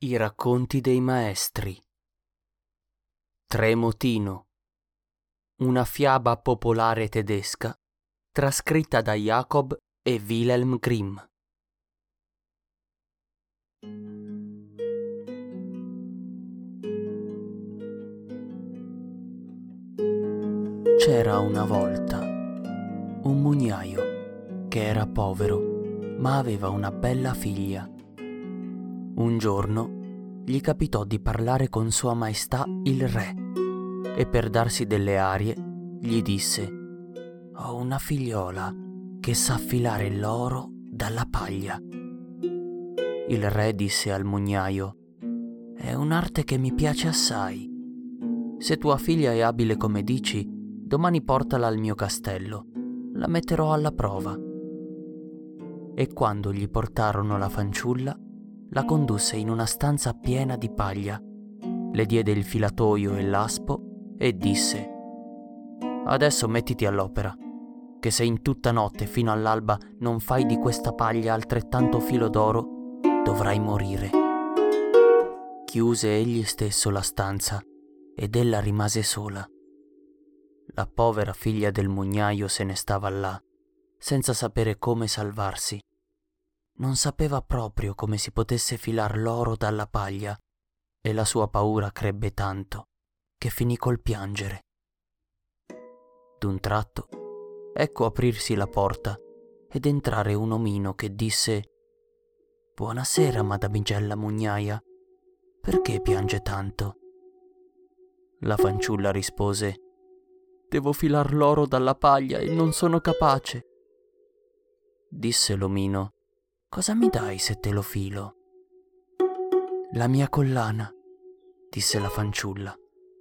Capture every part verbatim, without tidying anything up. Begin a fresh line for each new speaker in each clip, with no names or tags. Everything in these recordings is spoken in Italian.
I racconti dei maestri. Tremotino. Una fiaba popolare tedesca trascritta da Jacob e Wilhelm Grimm. C'era una volta un mugnaio che era povero, ma aveva una bella figlia. Un giorno gli capitò di parlare con Sua Maestà il Re e per darsi delle arie gli disse: «Ho una figliola che sa filare l'oro dalla paglia». Il Re disse al mugnaio: «È un'arte che mi piace assai. Se tua figlia è abile come dici, domani portala al mio castello, la metterò alla prova». E quando gli portarono la fanciulla, la condusse in una stanza piena di paglia, le diede il filatoio e l'aspo e disse: «Adesso mettiti all'opera, che se in tutta notte fino all'alba non fai di questa paglia altrettanto filo d'oro, dovrai morire». Chiuse egli stesso la stanza ed ella rimase sola. La povera figlia del mugnaio se ne stava là, senza sapere come salvarsi. Non sapeva proprio come si potesse filar l'oro dalla paglia e la sua paura crebbe tanto che finì col piangere. D'un tratto, ecco aprirsi la porta ed entrare un omino che disse: «Buonasera, madamigella mugnaia, perché piange tanto?» La fanciulla rispose: «Devo filar l'oro dalla paglia e non sono capace». Disse l'omino: «Cosa mi dai se te lo filo?» «La mia collana», disse la fanciulla.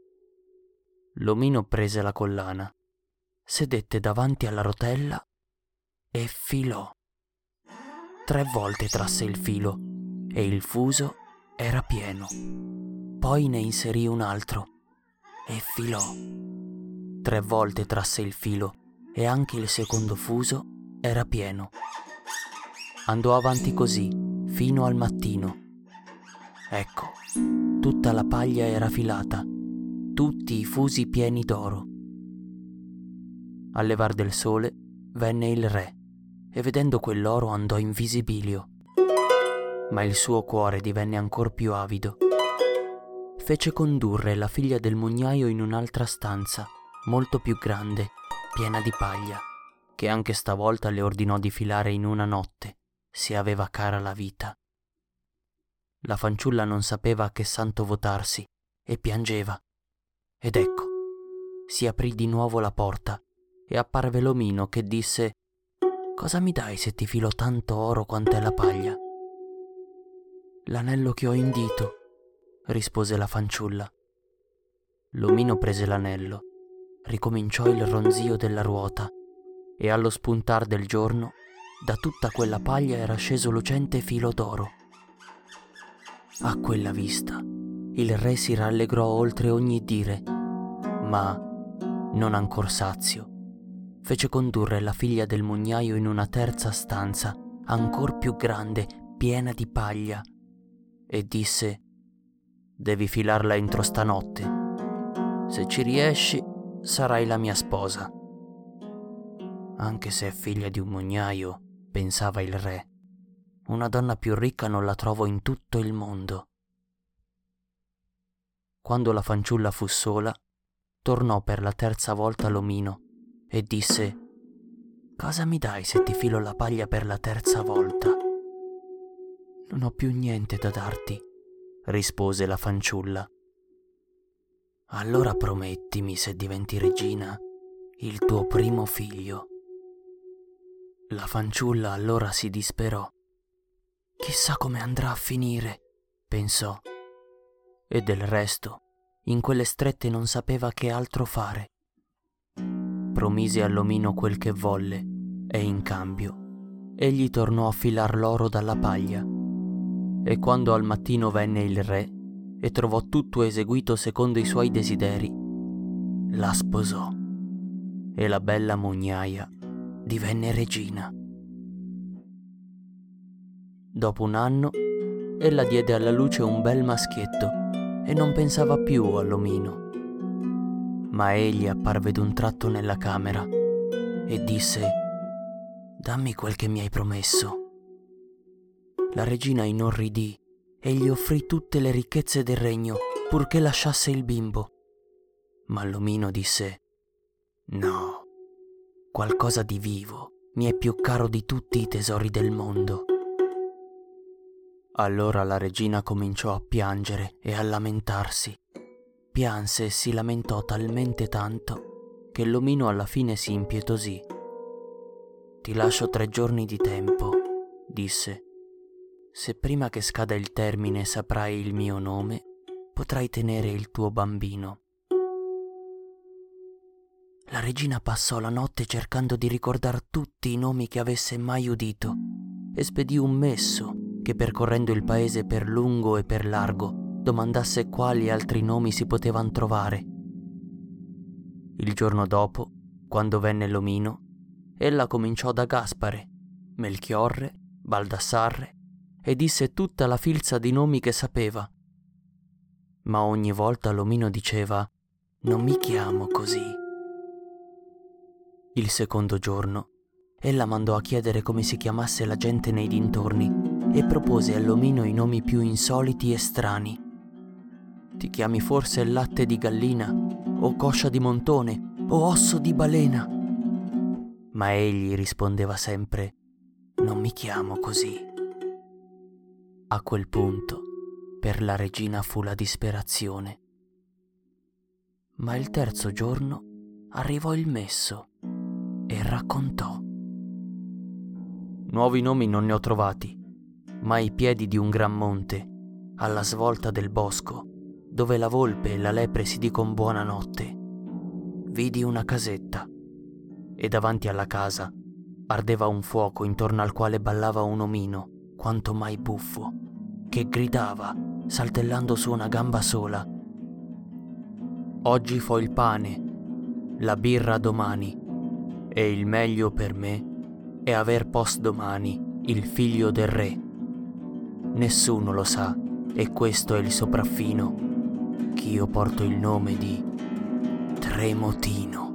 L'omino prese la collana, sedette davanti alla rotella e filò. Tre volte trasse il filo e il fuso era pieno. Poi ne inserì un altro e filò. Tre volte trasse il filo e anche il secondo fuso era pieno. Andò avanti così fino al mattino. Ecco, tutta la paglia era filata, tutti i fusi pieni d'oro. Al levar del sole venne il re e vedendo quell'oro andò in visibilio, ma il suo cuore divenne ancor più avido. Fece condurre la figlia del mugnaio in un'altra stanza, molto più grande, piena di paglia, che anche stavolta le ordinò di filare in una notte, se aveva cara la vita. La fanciulla non sapeva a che santo votarsi e piangeva. Ed ecco, si aprì di nuovo la porta e apparve l'omino che disse: «Cosa mi dai se ti filo tanto oro quant'è la paglia?» «L'anello che ho in dito», rispose la fanciulla. L'omino prese l'anello, ricominciò il ronzio della ruota e allo spuntar del giorno da tutta quella paglia era sceso lucente filo d'oro. A quella vista il re si rallegrò oltre ogni dire, ma, non ancor sazio, fece condurre la figlia del mugnaio in una terza stanza, ancor più grande, piena di paglia, e disse: «Devi filarla entro stanotte. Se ci riesci, sarai la mia sposa». Anche se è figlia di un mugnaio, pensava il re, una donna più ricca non la trovo in tutto il mondo. Quando la fanciulla fu sola, tornò per la terza volta l'omino e disse: «Cosa mi dai se ti filo la paglia per la terza volta?» «Non ho più niente da darti», rispose la fanciulla. «Allora promettimi, se diventi regina, il tuo primo figlio». La fanciulla allora si disperò. «Chissà come andrà a finire», pensò, e del resto in quelle strette non sapeva che altro fare. Promise all'omino quel che volle e in cambio egli tornò a filar l'oro dalla paglia. E quando al mattino venne il re e trovò tutto eseguito secondo i suoi desideri, la sposò e la bella mugnaia divenne regina. Dopo un anno ella diede alla luce un bel maschietto e non pensava più all'omino. Ma egli apparve d'un tratto nella camera e disse: «Dammi quel che mi hai promesso». La regina inorridì e gli offrì tutte le ricchezze del regno purché lasciasse il bimbo. Ma l'omino disse: «No, qualcosa di vivo mi è più caro di tutti i tesori del mondo». Allora la regina cominciò a piangere e a lamentarsi. Pianse e si lamentò talmente tanto che l'omino alla fine si impietosì. «Ti lascio tre giorni di tempo», disse. «Se prima che scada il termine saprai il mio nome, potrai tenere il tuo bambino». La regina passò la notte cercando di ricordar tutti i nomi che avesse mai udito e spedì un messo che, percorrendo il paese per lungo e per largo, domandasse quali altri nomi si potevano trovare. Il giorno dopo, quando venne l'omino, ella cominciò da Gaspare, Melchiorre, Baldassarre e disse tutta la filza di nomi che sapeva. Ma ogni volta l'omino diceva: «Non mi chiamo così». Il secondo giorno, ella mandò a chiedere come si chiamasse la gente nei dintorni e propose all'omino i nomi più insoliti e strani. «Ti chiami forse latte di gallina, o coscia di montone, o osso di balena?» Ma egli rispondeva sempre: «Non mi chiamo così». A quel punto, per la regina fu la disperazione. Ma il terzo giorno arrivò il messo e raccontò: «Nuovi nomi non ne ho trovati, ma ai piedi di un gran monte, alla svolta del bosco, dove la volpe e la lepre si dicon buonanotte, vidi una casetta e davanti alla casa ardeva un fuoco intorno al quale ballava un omino quanto mai buffo, che gridava saltellando su una gamba sola: «Oggi fo il pane, la birra domani, e il meglio per me è aver post domani il figlio del re. Nessuno lo sa, e questo è il sopraffino, ch'io porto il nome di Tremotino».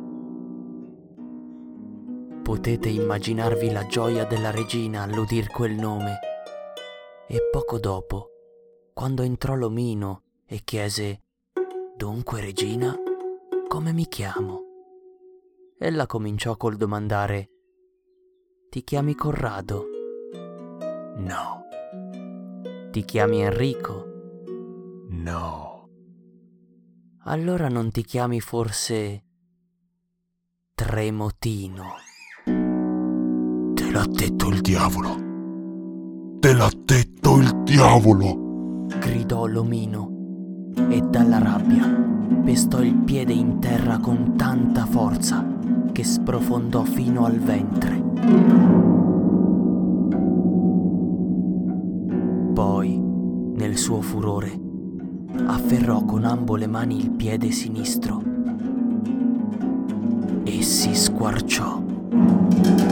Potete immaginarvi la gioia della regina all'udir quel nome. E poco dopo, quando entrò l'omino e chiese: «Dunque, regina, come mi chiamo?» Ella cominciò col domandare: «Ti chiami Corrado?» «No». «Ti chiami Enrico?» «No». «Allora non ti chiami forse Tremotino?»
«Te l'ha detto il diavolo! Te l'ha detto il diavolo!»
gridò l'omino e dalla rabbia pestò il piede in terra con tanta forza che sprofondò fino al ventre. Poi, nel suo furore, afferrò con ambo le mani il piede sinistro e si squarciò.